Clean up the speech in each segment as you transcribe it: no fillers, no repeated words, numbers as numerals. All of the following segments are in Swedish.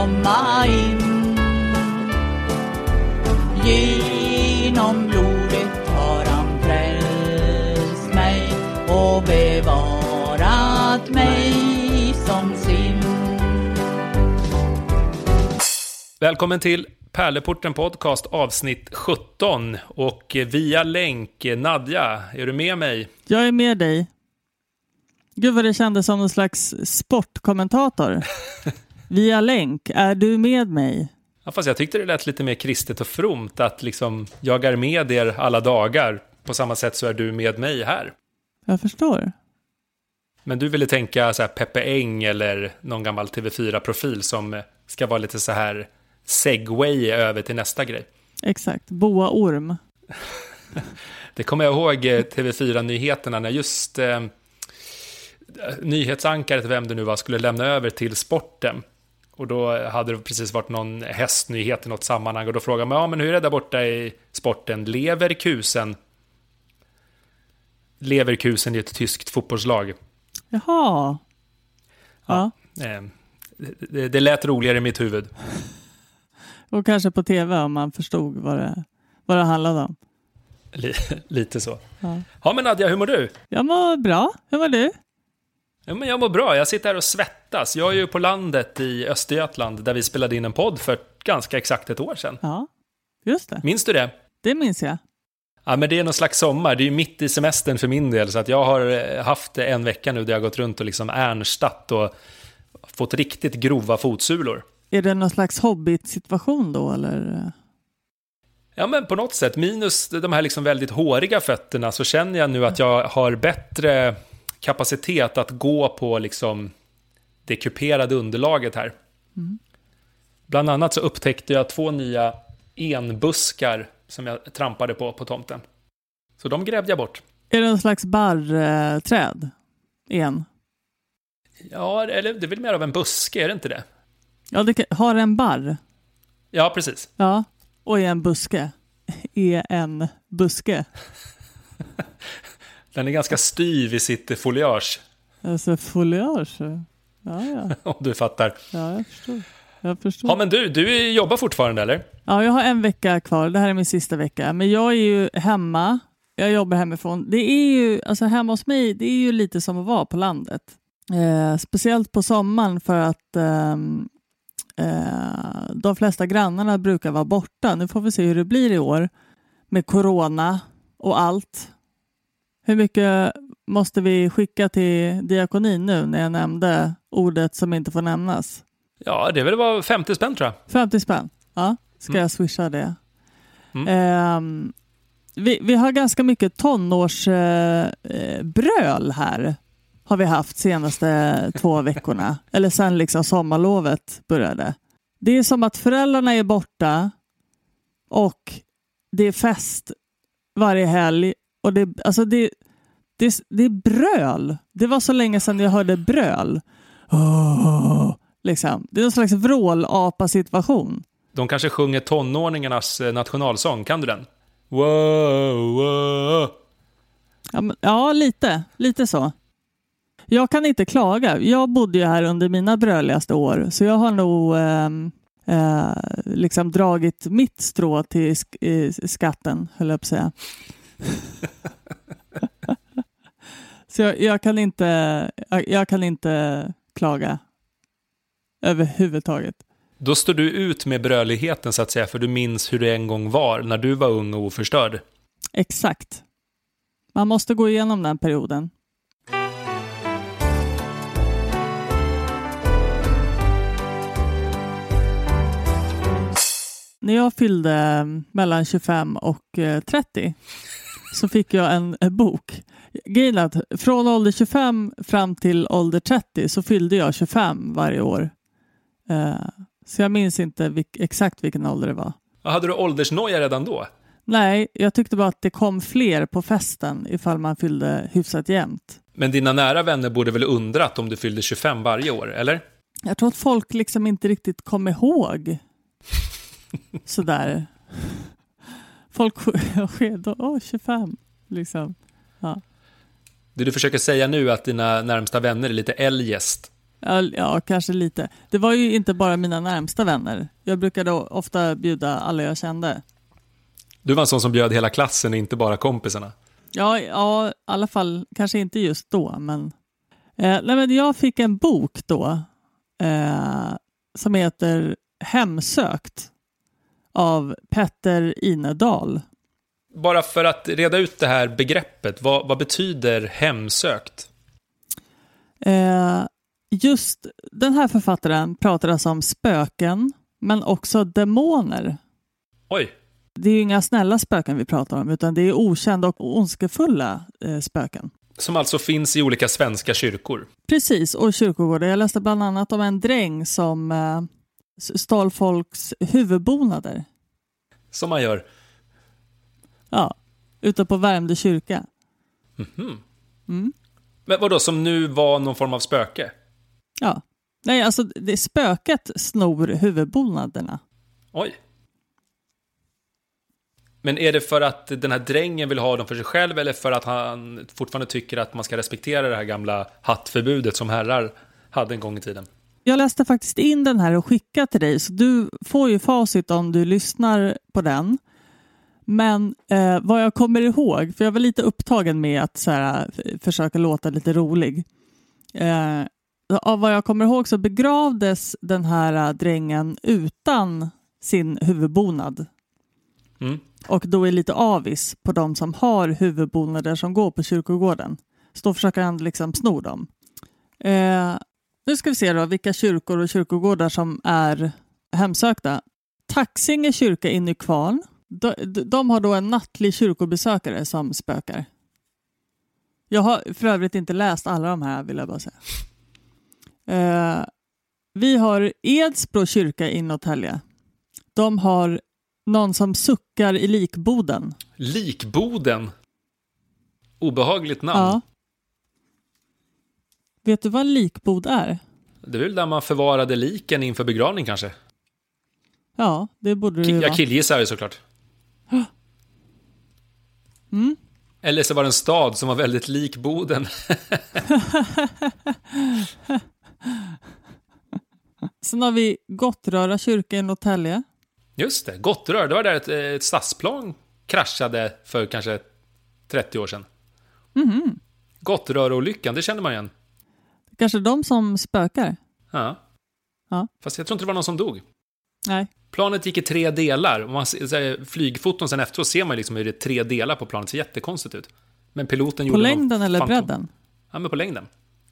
komma in. Genom blodet har han frälst mig och bevarat mig som sin. Välkommen till Pärleporten podcast avsnitt 17 och via länk. Nadja, är du med mig? Jag är med dig. Gud vad det kändes som någon slags sportkommentator. Via länk, är du med mig? Ja, fast jag tyckte det lät lite mer kristet och fromt att liksom jag är med er alla dagar. På samma sätt så är du med mig här. Jag förstår. Men du ville tänka så här Peppe Eng eller någon gammal TV4-profil som ska vara lite så här segway över till nästa grej. Exakt, Boa Orm. Det kommer jag ihåg TV4-nyheterna när just nyhetsankaret, vem det nu var, skulle lämna över till sporten. Och då hade det precis varit någon hästnyhet i något sammanhang och då frågade man, ja men hur är det där borta i sporten? Leverkusen är ett tyskt fotbollslag. Jaha. Ja. Det lät roligare i mitt huvud. Och kanske på tv om man förstod vad det handlade om. Lite så. Ja men Nadja, hur mår du? Jag mår bra. Hur mår du? Ja, men jag mår bra. Jag sitter här och svettas. Jag är ju på landet i Östergötland där vi spelade in en podd för ganska exakt ett år sedan. Ja, just det. Minns du det? Det minns jag. Ja, men det är någon slags sommar. Det är ju mitt i semestern för min del. Så att jag har haft en vecka nu där jag har gått runt och liksom ärnstat och fått riktigt grova fotsulor. Är det någon slags hobbit-situation då, eller? Ja, men på något sätt. Minus de här liksom väldigt håriga fötterna så känner jag nu att jag har bättre kapacitet att gå på liksom det kuperade underlaget här. Mm. Bland annat så upptäckte jag 2 nya enbuskar som jag trampade på tomten. Så de grävde jag bort. Är det någon slags barrträd? Ja, eller det är väl mer av en buske, är det inte det? Ja, har en barr. Ja, precis. Ja, och är en buske. Är en buske. Den är ganska styv i sitt foliage. Alltså foliage? Ja. Om du fattar. Ja, jag förstår. Ja, men du jobbar fortfarande, eller? Ja, jag har en vecka kvar. Det här är min sista vecka. Men jag är ju hemma. Jag jobbar hemifrån. Det är ju, alltså hemma hos mig, det är ju lite som att vara på landet. Speciellt på sommaren för att de flesta grannarna brukar vara borta. Nu får vi se hur det blir i år med corona och allt. Hur mycket måste vi skicka till diakonin nu när jag nämnde ordet som inte får nämnas? Ja, det är väl bara 50 spänn tror jag. 50 spänn, ja. Ska jag swisha det? Vi har ganska mycket tonårsbröl här. Har vi haft senaste 2 veckorna. Eller sen liksom sommarlovet började. Det är som att föräldrarna är borta och det är fest varje helg. Och det är bröl. Det var så länge sedan jag hörde bröl. Liksom. Det är en slags vrålapa-situation. De kanske sjunger tonåringarnas nationalsång. Kan du den? Wow, wow. Ja, lite så. Jag kan inte klaga. Jag bodde ju här under mina bröligaste år. Så jag har nog liksom dragit mitt strå till skatten, höll jag på att säga. Så jag kan inte klaga överhuvudtaget. Då står du ut med bröligheten så att säga, för du minns hur det en gång var när du var ung och oförstörd. Exakt. Man måste gå igenom den perioden. När jag fyllde mellan 25 och 30 så fick jag en bok. Grejen att från ålder 25 fram till ålder 30 så fyllde jag 25 varje år. Så jag minns inte exakt vilken ålder det var. Hade du åldersnoja redan då? Nej, jag tyckte bara att det kom fler på festen ifall man fyllde hyfsat jämnt. Men dina nära vänner borde väl undrat om du fyllde 25 varje år, eller? Jag tror att folk liksom inte riktigt kom ihåg. Sådär. Folk skedde 25 liksom. Ja. Det du försöker säga nu att dina närmsta vänner är lite eljest. Ja, kanske lite. Det var ju inte bara mina närmsta vänner. Jag brukade ofta bjuda alla jag kände. Du var en sån som bjöd hela klassen, inte bara kompisarna. Ja, i alla fall. Kanske inte just då, men... men jag fick en bok då som heter Hemsökt av Petter Inedal. Bara för att reda ut det här begreppet, vad betyder hemsökt? Just den här författaren pratar alltså om spöken, men också demoner. Oj. Det är ju inga snälla spöken vi pratar om, utan det är okända och ondskefulla spöken. Som alltså finns i olika svenska kyrkor. Precis, och kyrkogårdar. Jag läste bland annat om en dräng som stal folks huvudbonader. Som man gör. Ja, ute på Värmdö kyrka. Mm-hmm. Mm. Men vadå, som nu var någon form av spöke? Ja, nej alltså det spöket snor huvudbonaderna. Oj. Men är det för att den här drängen vill ha dem för sig själv, eller för att han fortfarande tycker att man ska respektera det här gamla hattförbudet som herrar hade en gång i tiden? Jag läste faktiskt in den här och skickade till dig, så du får ju facit om du lyssnar på den. Men vad jag kommer ihåg, för jag var lite upptagen med att så här, försöka låta lite rolig. Av vad jag kommer ihåg så begravdes den här drängen utan sin huvudbonad. Mm. Och då är lite avis på de som har huvudbonader som går på kyrkogården. Så då försöker han liksom sno dem. Nu ska vi se då vilka kyrkor och kyrkogårdar som är hemsökta. Taxinge kyrka i Nykvarn. De har då en nattlig kyrkobesökare som spökar. Jag har för övrigt inte läst alla de här, vill jag bara säga. Vi har Edsbro kyrka i Norrtälje. De har någon som suckar i likboden. Likboden? Obehagligt namn. Ja. Vet du vad en likbod är? Det är väl där man förvarade liken inför begravning kanske? Ja, det borde det ju vara. Jag killgissar ju såklart. Mm. Eller så var det en stad som var väldigt lik Boden. Sen har vi Gottröra kyrka i Norrtälje. Just det, Gottrör. Det var där ett stadsplan kraschade för kanske 30 år sedan. Mm. Gottrörolyckan, det känner man igen. Kanske de som spökar. Ja. Fast jag tror inte det var någon som dog. Nej. Planet gick i 3 delar. Om man ser flygfoton sen efteråt ser man liksom hur det är 3 delar på planet. Det ser jättekonstigt ut. Men piloten gjorde på längden eller bredden? Ja, men på längden.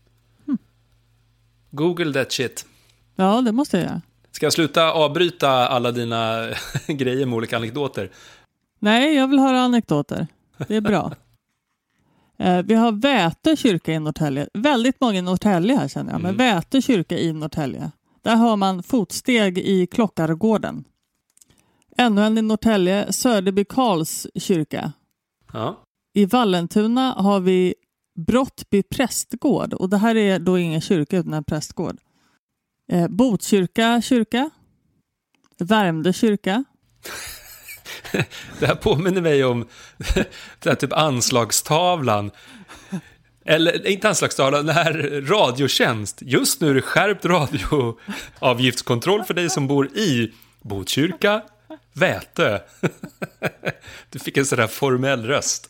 Google that shit. Ja, det måste jag göra. Ska jag sluta avbryta alla dina grejer med olika anekdoter? Nej, jag vill höra anekdoter. Det är bra. Vi har Vätö kyrka i Norrtälje. Väldigt många i Norrtälje här känner jag. Men Vätö kyrka i Norrtälje. Där hör man fotsteg i Klockargården. Ännu en i Norrtälje, Söderby Karls kyrka. Ja. I Vallentuna har vi Brottby prästgård. Och det här är då ingen kyrka utan en prästgård. Botkyrka kyrka. Värmdö kyrka. Det här påminner mig om det här typ anslagstavlan. Eller inte anslagstavlan, den här radiotjänst. Just nu är det skärpt radioavgiftskontroll för dig som bor i Botkyrka, Vätö. Du fick en sån där formell röst.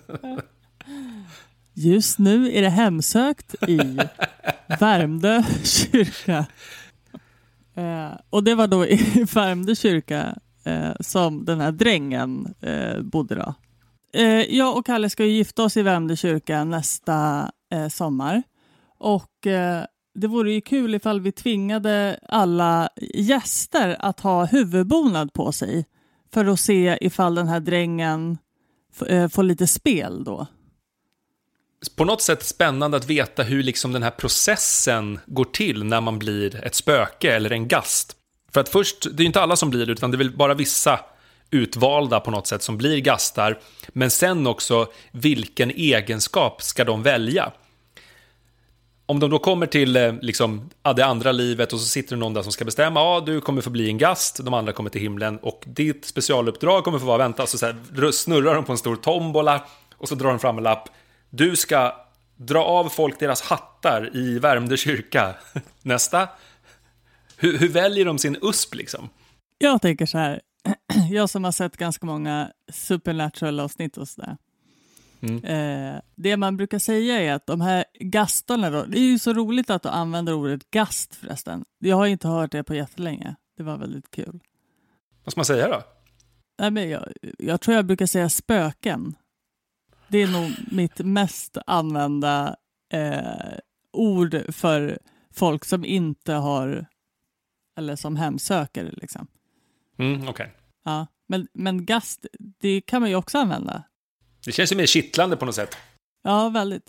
Just nu är det hemsökt i Värmdö kyrka. Och det var då i Värmdö kyrka som den här drängen bodde då. Jag och Kalle ska ju gifta oss i Värmdö kyrka nästa sommar. Och det vore ju kul ifall vi tvingade alla gäster att ha huvudbonad på sig. För att se ifall den här drängen får lite spel då. På något sätt spännande att veta hur liksom den här processen går till när man blir ett spöke eller en gast. För att först, det är ju inte alla som blir det, utan det är väl bara vissa utvalda på något sätt som blir gastar. Men sen också, vilken egenskap ska de välja? Om de då kommer till liksom, det andra livet och så sitter det någon där som ska bestämma, ja, du kommer få bli en gast, de andra kommer till himlen och ditt specialuppdrag kommer få vara vänta. Så här, snurrar de på en stor tombola och så drar de fram en lapp. Du ska Dra av folk deras hattar i Värmdö kyrka. Nästa. Hur väljer de sin USP liksom? Jag tänker så här. Jag som har sett ganska många Supernatural-avsnitt och sådär. Det man brukar säga är att de här gastarna då, det är ju så roligt att du använder ordet gast förresten. Jag har inte hört det på jättelänge. Det var väldigt kul. Vad ska man säga då? Nej, men jag tror jag brukar säga spöken. Det är nog mitt mest använda ord för folk som inte har, eller som hemsöker liksom. Okej. Ja, men gast, det kan man ju också använda. Det känns ju mer kittlande på något sätt. Ja, väldigt.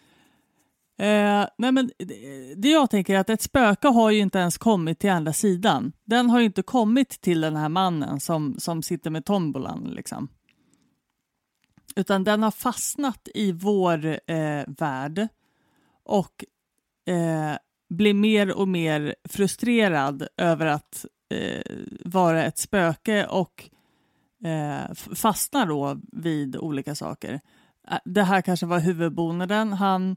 Nej, men det jag tänker är att ett spöke har ju inte ens kommit till andra sidan. Den har ju inte kommit till den här mannen som sitter med tombolan liksom. Utan den har fastnat i vår värld och blir mer och mer frustrerad över att vara ett spöke och fastnar då vid olika saker. Det här kanske var huvudbonaden. Han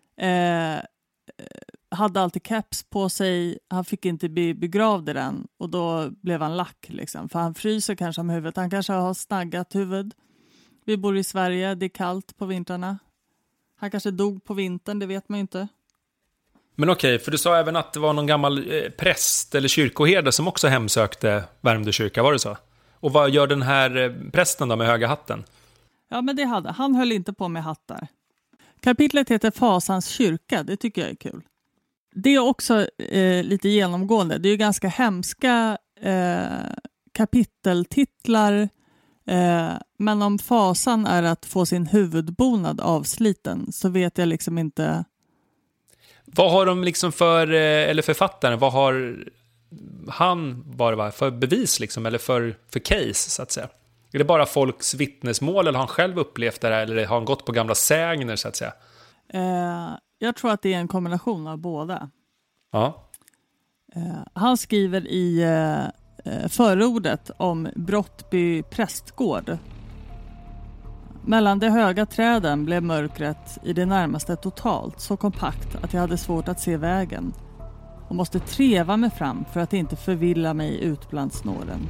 hade alltid caps på sig. Han fick inte bli begravd i den och då blev han lack liksom. För han fryser kanske om huvudet. Han kanske har snaggat huvud. Vi bor i Sverige, det är kallt på vintrarna. Han kanske dog på vintern, det vet man ju inte. Men okej, för du sa även att det var någon gammal präst eller kyrkoherde som också hemsökte Värmdö kyrka, var det så? Och vad gör den här prästen då med höga hatten? Ja, men det hade han. Höll inte på med hattar. Kapitlet heter Fasans kyrka, det tycker jag är kul. Det är också lite genomgående. Det är ju ganska hemska kapiteltitlar. Men om fasan är att få sin huvudbonad avsliten så vet jag liksom inte. Vad har de liksom eller författaren, vad har han bara för bevis liksom, eller för case så att säga? Är det bara folks vittnesmål eller har han själv upplevt det här eller har han gått på gamla sägner så att säga? Jag tror att det är en kombination av båda. Ja. Han skriver i förordet om Brottby prästgård. Mellan de höga träden blev mörkret i det närmaste totalt så kompakt att jag hade svårt att se vägen och måste treva mig fram för att inte förvilla mig ut bland snåren.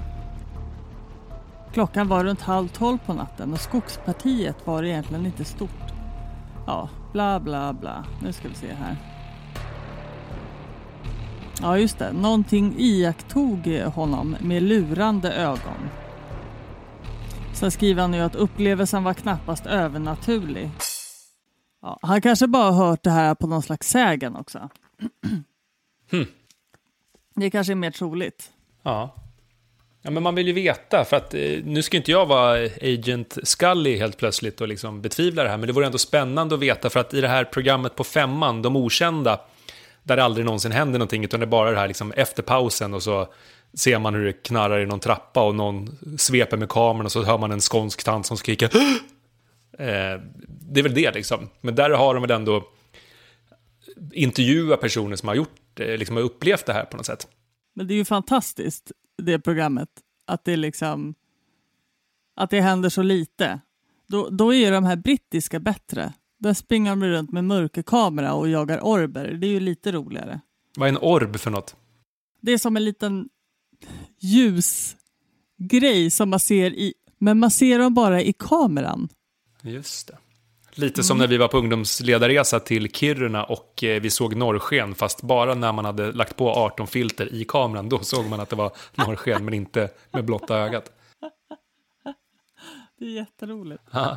Klockan var runt 11:30 på natten och skogspartiet var egentligen inte stort. Ja, bla bla bla. Nu ska vi se här. Ja, just det. Någonting iakttog honom med lurande ögon. Sen skriver han ju att upplevelsen var knappast övernaturlig. Ja, han kanske bara hört det här på någon slags sägen också. Det kanske är mer troligt. Ja. Ja, men man vill ju veta, för att nu ska inte jag vara Agent Scully helt plötsligt och liksom betvivla det här, men det vore ändå spännande att veta, för att i det här programmet på 5:an, De okända, där det aldrig någonsin händer någonting, utan det är bara det här liksom efter pausen och så ser man hur det knarrar i någon trappa och någon sveper med kameran och så hör man en skånsk tant som skriker. Det är väl det liksom. Men där har de väl ändå intervjua personer som har gjort liksom har upplevt det här på något sätt. Men det är ju fantastiskt, det programmet, att det liksom att det händer så lite. Då är de här brittiska bättre. Där springer de runt med mörkerkamera och jagar orber. Det är ju lite roligare. Vad är en orb för något? Det är som en liten ljusgrej som man ser i, men man ser dem bara i kameran. Just det. Lite som när vi var på ungdomsledarresa till Kiruna och vi såg norrsken, fast bara när man hade lagt på 18 filter i kameran, då såg man att det var norrsken, men inte med blotta ögat. Det är jätteroligt. Aha.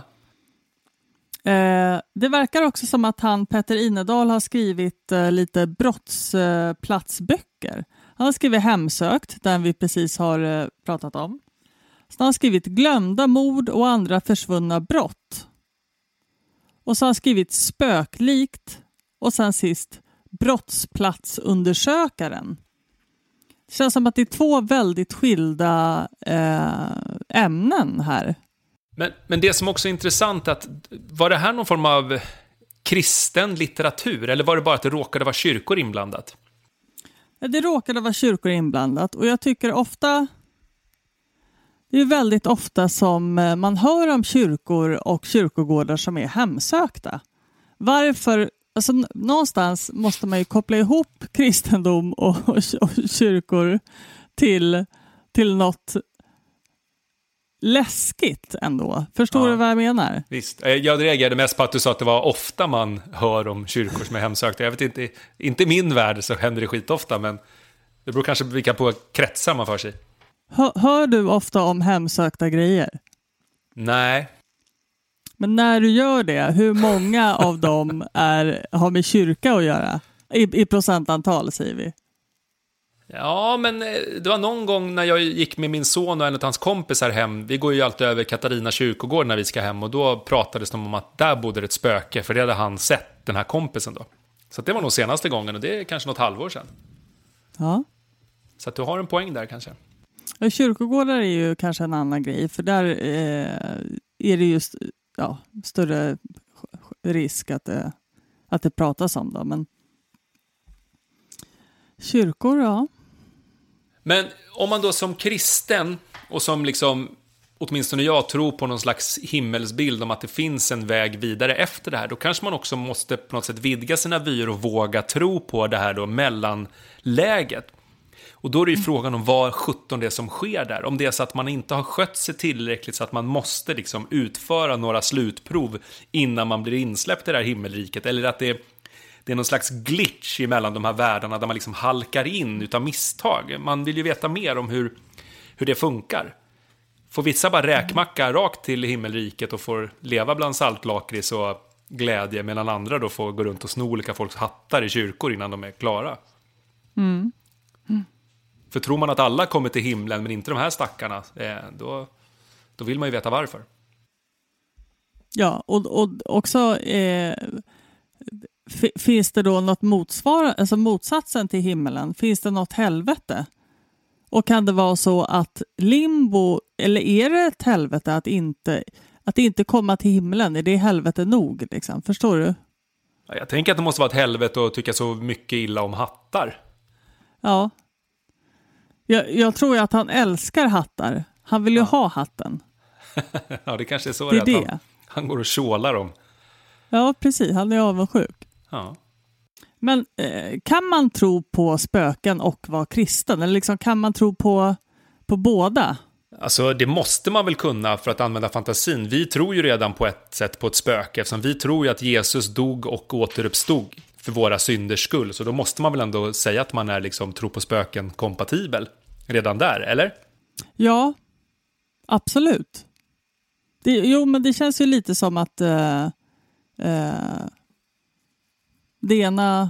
Det verkar också som att Petter Inedal har skrivit lite brottsplatsböcker. Han har skrivit Hemsökt, den vi precis har pratat om. Så han har skrivit Glömda mord och andra försvunna brott. Och så har han skrivit Spöklikt och sen sist Brottsplatsundersökaren. Det känns som att det är två väldigt skilda ämnen här. Men det som också är intressant, att var det här någon form av kristen litteratur eller var det bara att det råkade vara kyrkor inblandat? Det råkade vara kyrkor inblandat och jag tycker ofta, det är väldigt ofta som man hör om kyrkor och kyrkogårdar som är hemsökta. Varför, alltså någonstans måste man ju koppla ihop kristendom och kyrkor till något läskigt ändå. Förstår du vad jag menar? Visst. Jag reagerade mest på att du sa att det var ofta man hör om kyrkor som är hemsökta. Jag vet inte i min värld så händer det skitofta, men det beror kanske vilka på kretsar man för sig. Hör du ofta om hemsökta grejer? Nej. Men när du gör det, hur många av dem har med kyrka att göra? I procentantal, säger vi. Ja, men det var någon gång när jag gick med min son och en av hans kompisar hem. Vi går ju alltid över Katarina kyrkogård när vi ska hem. Och då pratades det om att där bodde ett spöke. För det hade han sett, den här kompisen då. Så det var nog senaste gången, och det är kanske något halvår sedan. Ja. Så att du har en poäng där kanske. Och kyrkogårdar är ju kanske en annan grej. För där är det just större risk att det pratas om det. Men kyrkor, ja. Men om man då som kristen och som liksom, åtminstone jag, tror på någon slags himmelsbild om att det finns en väg vidare efter det här, då kanske man också måste på något sätt vidga sina vyer och våga tro på det här då mellanläget. Och då är det ju frågan om vad 17 det är som sker där. Om det är så att man inte har skött sig tillräckligt så att man måste liksom utföra några slutprov innan man blir insläppt i det här himmelriket. Eller att det är någon slags glitch emellan de här världarna där man liksom halkar in utav misstag. Man vill ju veta mer om hur det funkar. Får vissa bara räkmacka rakt till himmelriket och får leva bland saltlakrits och glädje, medan andra då får gå runt och sno olika folks hattar i kyrkor innan de är klara. Mm. För tror man att alla kommer till himlen men inte de här stackarna, då vill man ju veta varför. Ja, och också finns det då något alltså motsatsen till himmelen? Finns det något helvete? Och kan det vara så att limbo, eller är det ett helvete att inte komma till himlen? Är det helvete nog? Liksom? Förstår du? Ja, jag tänker att det måste vara ett helvete att tycka så mycket illa om hattar. Ja. Jag tror att han älskar hattar. Han vill ju ha hatten. Ja, det kanske är så det är att han går och tjålar dem. Ja, precis. Han är avundsjuk. Ja. Men kan man tro på spöken och vara kristen? Eller liksom, kan man tro på båda? Alltså det måste man väl kunna för att använda fantasin. Vi tror ju redan på ett sätt på ett spöke, eftersom vi tror ju att Jesus dog och återuppstod för våra synders skull. Så då måste man väl ändå säga att man är liksom tro på spöken kompatibel redan där, eller? Ja, absolut. Men det känns ju lite som att det ena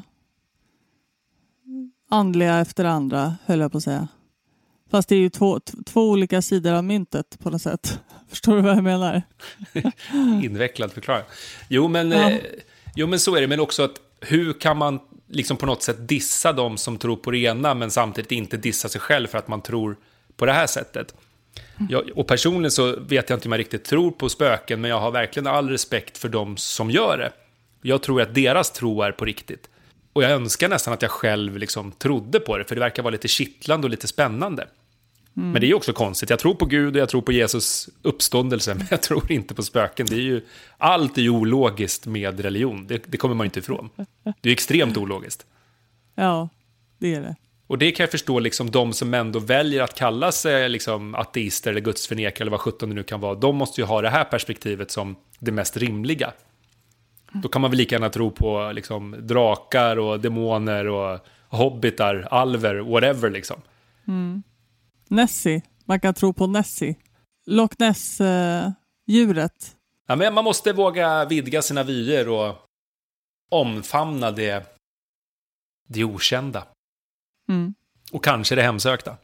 andliga efter andra, höll jag på att säga. Fast det är ju två olika sidor av myntet på något sätt. Förstår du vad jag menar? Invecklad förklaring. Jo, men så är det. Men också att hur kan man liksom på något sätt dissa dem som tror på det ena men samtidigt inte dissa sig själv för att man tror på det här sättet? Och personligen så vet jag inte om jag riktigt tror på spöken, men jag har verkligen all respekt för dem som gör det. Jag tror att deras tro är på riktigt. Och jag önskar nästan att jag själv liksom trodde på det, för det verkar vara lite kittlande och lite spännande. Men det är ju också konstigt. Jag tror på Gud och jag tror på Jesus uppståndelse, men jag tror inte på spöken. Allt är ju ologiskt med religion. Det kommer man inte ifrån. Det är extremt ologiskt. Ja, det är det. Och det kan jag förstå, liksom, de som ändå väljer att kalla sig liksom, ateister eller gudsförnekare eller vad 17 det nu kan vara. De måste ju ha det här perspektivet som det mest rimliga. Då kan man väl lika gärna tro på liksom, drakar och demoner och hobbitar, alver, whatever liksom. Nessie. Man kan tro på Nessie. Loch Ness-djuret. Ja, men man måste våga vidga sina vyer och omfamna det okända. Och kanske det hemsökta.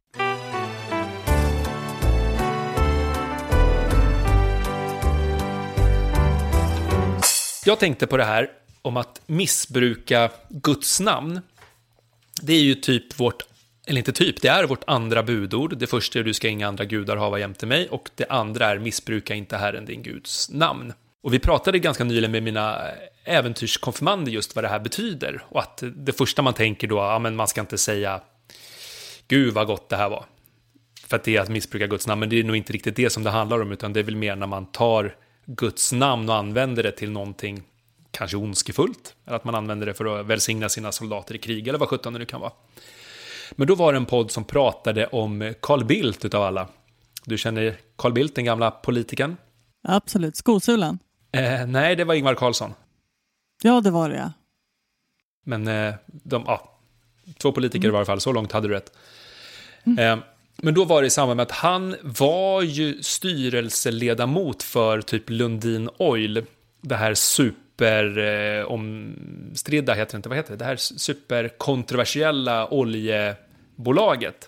Jag tänkte på det här om att missbruka Guds namn. Det är ju typ det är vårt andra budord. Det första är du ska inga andra gudar hava jämte mig, och det andra är missbruka inte Herren din Guds namn. Och vi pratade ganska nyligen med mina äventyrskonfirmander just vad det här betyder, och att det första man tänker då, men man ska inte säga Gud vad gott det här var, för att det är att missbruka Guds namn. Men det är nog inte riktigt det som det handlar om, utan det är väl mer när man tar Guds namn och använder det till någonting kanske ondskefullt, eller att man använder det för att välsigna sina soldater i krig, eller vad 17 det nu kan vara. Men då var det en podd som pratade om Carl Bildt utav alla. Du känner Carl Bildt, den gamla politikern? Absolut, skosulan. Nej, det var Ingvar Carlsson. Ja, det var det, ja. Men två politiker i varje fall, så långt hade du rätt. Men då var det i samband med att han var ju styrelseledamot för typ Lundin Oil, det här omstridda, heter det inte, vad heter det? Det här superkontroversiella oljebolaget.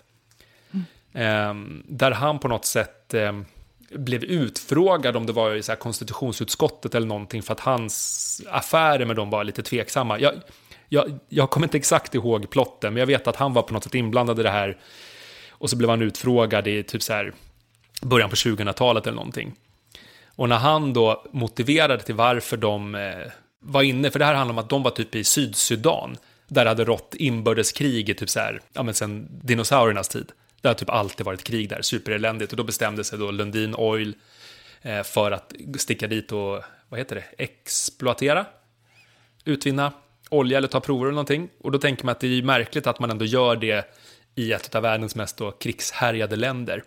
Där han på något sätt blev utfrågad, om det var i så här konstitutionsutskottet eller någonting, för att hans affärer med dem var lite tveksamma. Jag kommer inte exakt ihåg plotten, men jag vet att han var på något sätt inblandad i det här. Och så blev han utfrågad i typ så här början på 2000-talet eller någonting. Och när han då motiverade till varför de var inne, för det här handlar om att de var typ i Sydsudan, där det hade rått inbördeskrig i typ så här, ja men sen dinosauriernas tid. Det har typ alltid varit krig där, supereländigt. Och då bestämde sig då Lundin Oil för att sticka dit och, exploatera, utvinna olja eller ta prover eller någonting. Och då tänker man att det är märkligt att man ändå gör det i ett av världens mest då krigshärjade länder.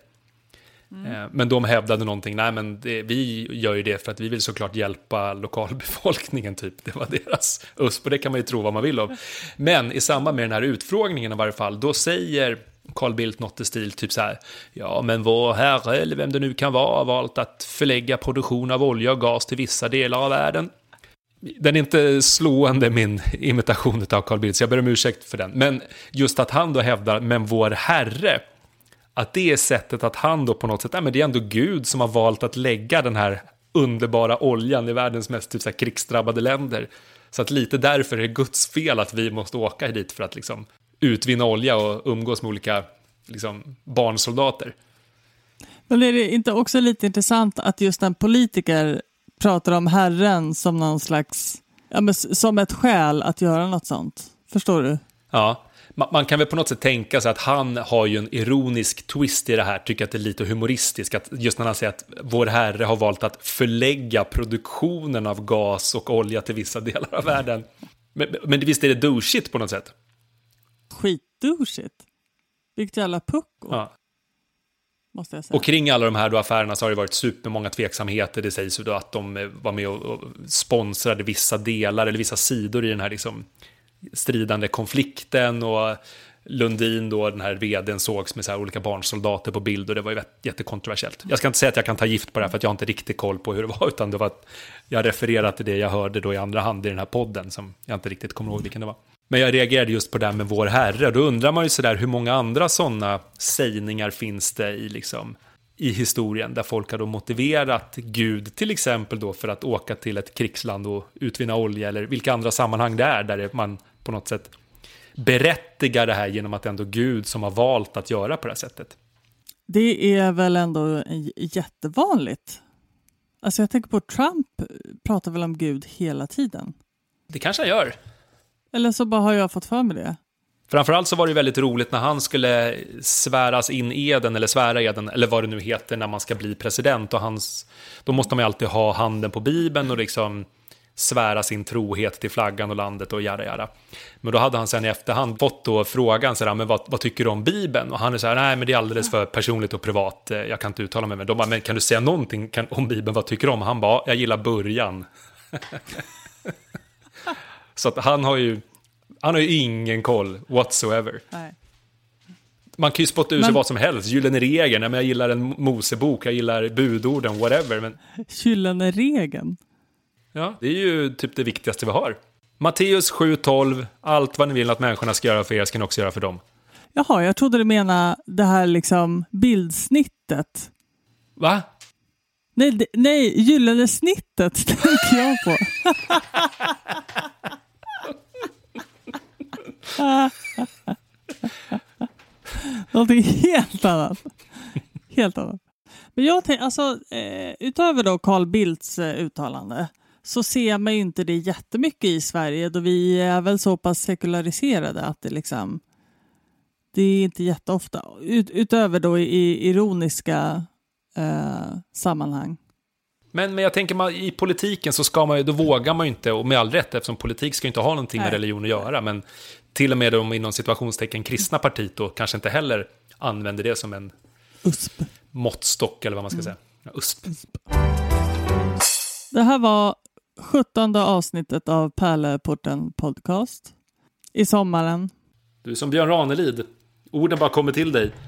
Men de hävdade någonting, nej men vi gör ju det för att vi vill såklart hjälpa lokalbefolkningen typ. Det var deras USP, och det kan man ju tro vad man vill om. Men i samband med den här utfrågningen i varje fall, då säger Carl Bildt något i stil typ så här: ja men vår herre, eller vem det nu kan vara, har valt att förlägga produktion av olja och gas till vissa delar av världen. Den är inte slående, min imitation av Carl Bildt, så jag ber om ursäkt för den. Men just att han då hävdar, men vår herre, att det är sättet att han då på något sätt, men det är ändå Gud som har valt att lägga den här underbara oljan i världens mest typ så här krigsdrabbade länder. Så att lite därför är det Guds fel att vi måste åka dit för att liksom utvinna olja och umgås med olika liksom barnsoldater. Men är det inte också lite intressant att just en politiker pratar om Herren som någon slags, ja, men som ett skäl att göra något sånt? Förstår du? Ja, man kan väl på något sätt tänka sig att han har ju en ironisk twist i det här, tycker att det är lite humoristiskt, att just när han säger att vår herre har valt att förlägga produktionen av gas och olja till vissa delar av världen. Men visst är det douchigt på något sätt? Skitdouchigt. Vilket jävla pucko. Ja. Måste jag säga. Och kring alla de här då affärerna så har det varit supermånga tveksamheter. Det sägs ju då att de var med och sponsrade vissa delar eller vissa sidor i den här liksom stridande konflikten, och Lundin då, den här vdn, sågs med så här olika barnsoldater på bild, och det var ju jättekontroversiellt. Jag ska inte säga att jag kan ta gift på det här, för att jag har inte riktigt koll på hur det var, utan det var att jag refererade till det jag hörde då i andra hand i den här podden, som jag inte riktigt kommer ihåg vilken det var. Men jag reagerade just på det här med vår herre. Då undrar man ju sådär, hur många andra sådana sägningar finns det i, liksom, i historien, där folk har då motiverat Gud till exempel då för att åka till ett krigsland och utvinna olja, eller vilka andra sammanhang det är där man på något sätt berättigar det här genom att ändå Gud som har valt att göra på det här sättet. Det är väl ändå jättevanligt. Alltså jag tänker på Trump pratar väl om Gud hela tiden. Det kanske han gör. Eller så bara har jag fått för mig det. Framförallt så var det väldigt roligt när han skulle svära eden, eller vad det nu heter när man ska bli president. Och då måste man ju alltid ha handen på Bibeln och liksom svära sin trohet till flaggan och landet och jada. Men då hade han sen i efterhand fått då frågan så där, men vad tycker du om Bibeln? Och han är så här, nej men det är alldeles för personligt och privat, jag kan inte uttala mig. Men de bara, men kan du säga någonting om Bibeln, vad tycker du om? Han bara, jag gillar början. Så att han har ju ingen koll whatsoever. Nej. Man kan ju spotta ur sig vad som helst. Gyllene regeln, jag gillar en Mosebok, jag gillar budorden, whatever. Men... Gyllene regeln? Ja, det är ju typ det viktigaste vi har. Matteus 7:12, allt vad ni vill att människorna ska göra för er ska ni också göra för dem. Jaha, jag trodde du menade det här liksom bildsnittet. Va? Nej, gyllene snittet tänker jag på. Någonting helt annat. Helt annat. Men jag tänker, alltså, utöver då Carl Bildts uttalande så ser man ju inte det jättemycket i Sverige, då vi är väl så pass sekulariserade att det liksom, det är inte jätteofta. Utöver då i ironiska sammanhang. Men jag tänker, i politiken så då vågar man ju inte, och med all rätt, eftersom politik ska ju inte ha någonting med religion att göra, men till och med de inom situationstecken kristna partiet då kanske inte heller använder det som en måttstock, eller vad man ska säga. USP. Det här var 17:e avsnittet av Pärleporten podcast i sommaren. Du är som Björn Ranelid. Orden bara kommer till dig.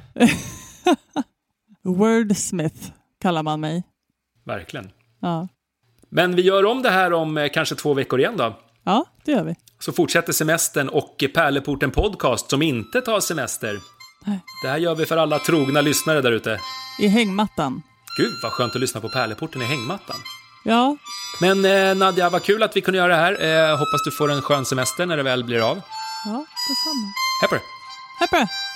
Wordsmith kallar man mig. Verkligen. Ja. Men vi gör om det här om kanske 2 veckor igen då. Ja, det gör vi. Så fortsätter semestern och Pärleporten podcast som inte tar semester. Nej. Det här gör vi för alla trogna lyssnare där ute. I hängmattan. Gud, vad skönt att lyssna på Pärleporten i hängmattan. Ja. Men Nadja, vad kul att vi kunde göra det här. Hoppas du får en skön semester när det väl blir av. Ja, detsamma. Hej på dig. Hej på dig.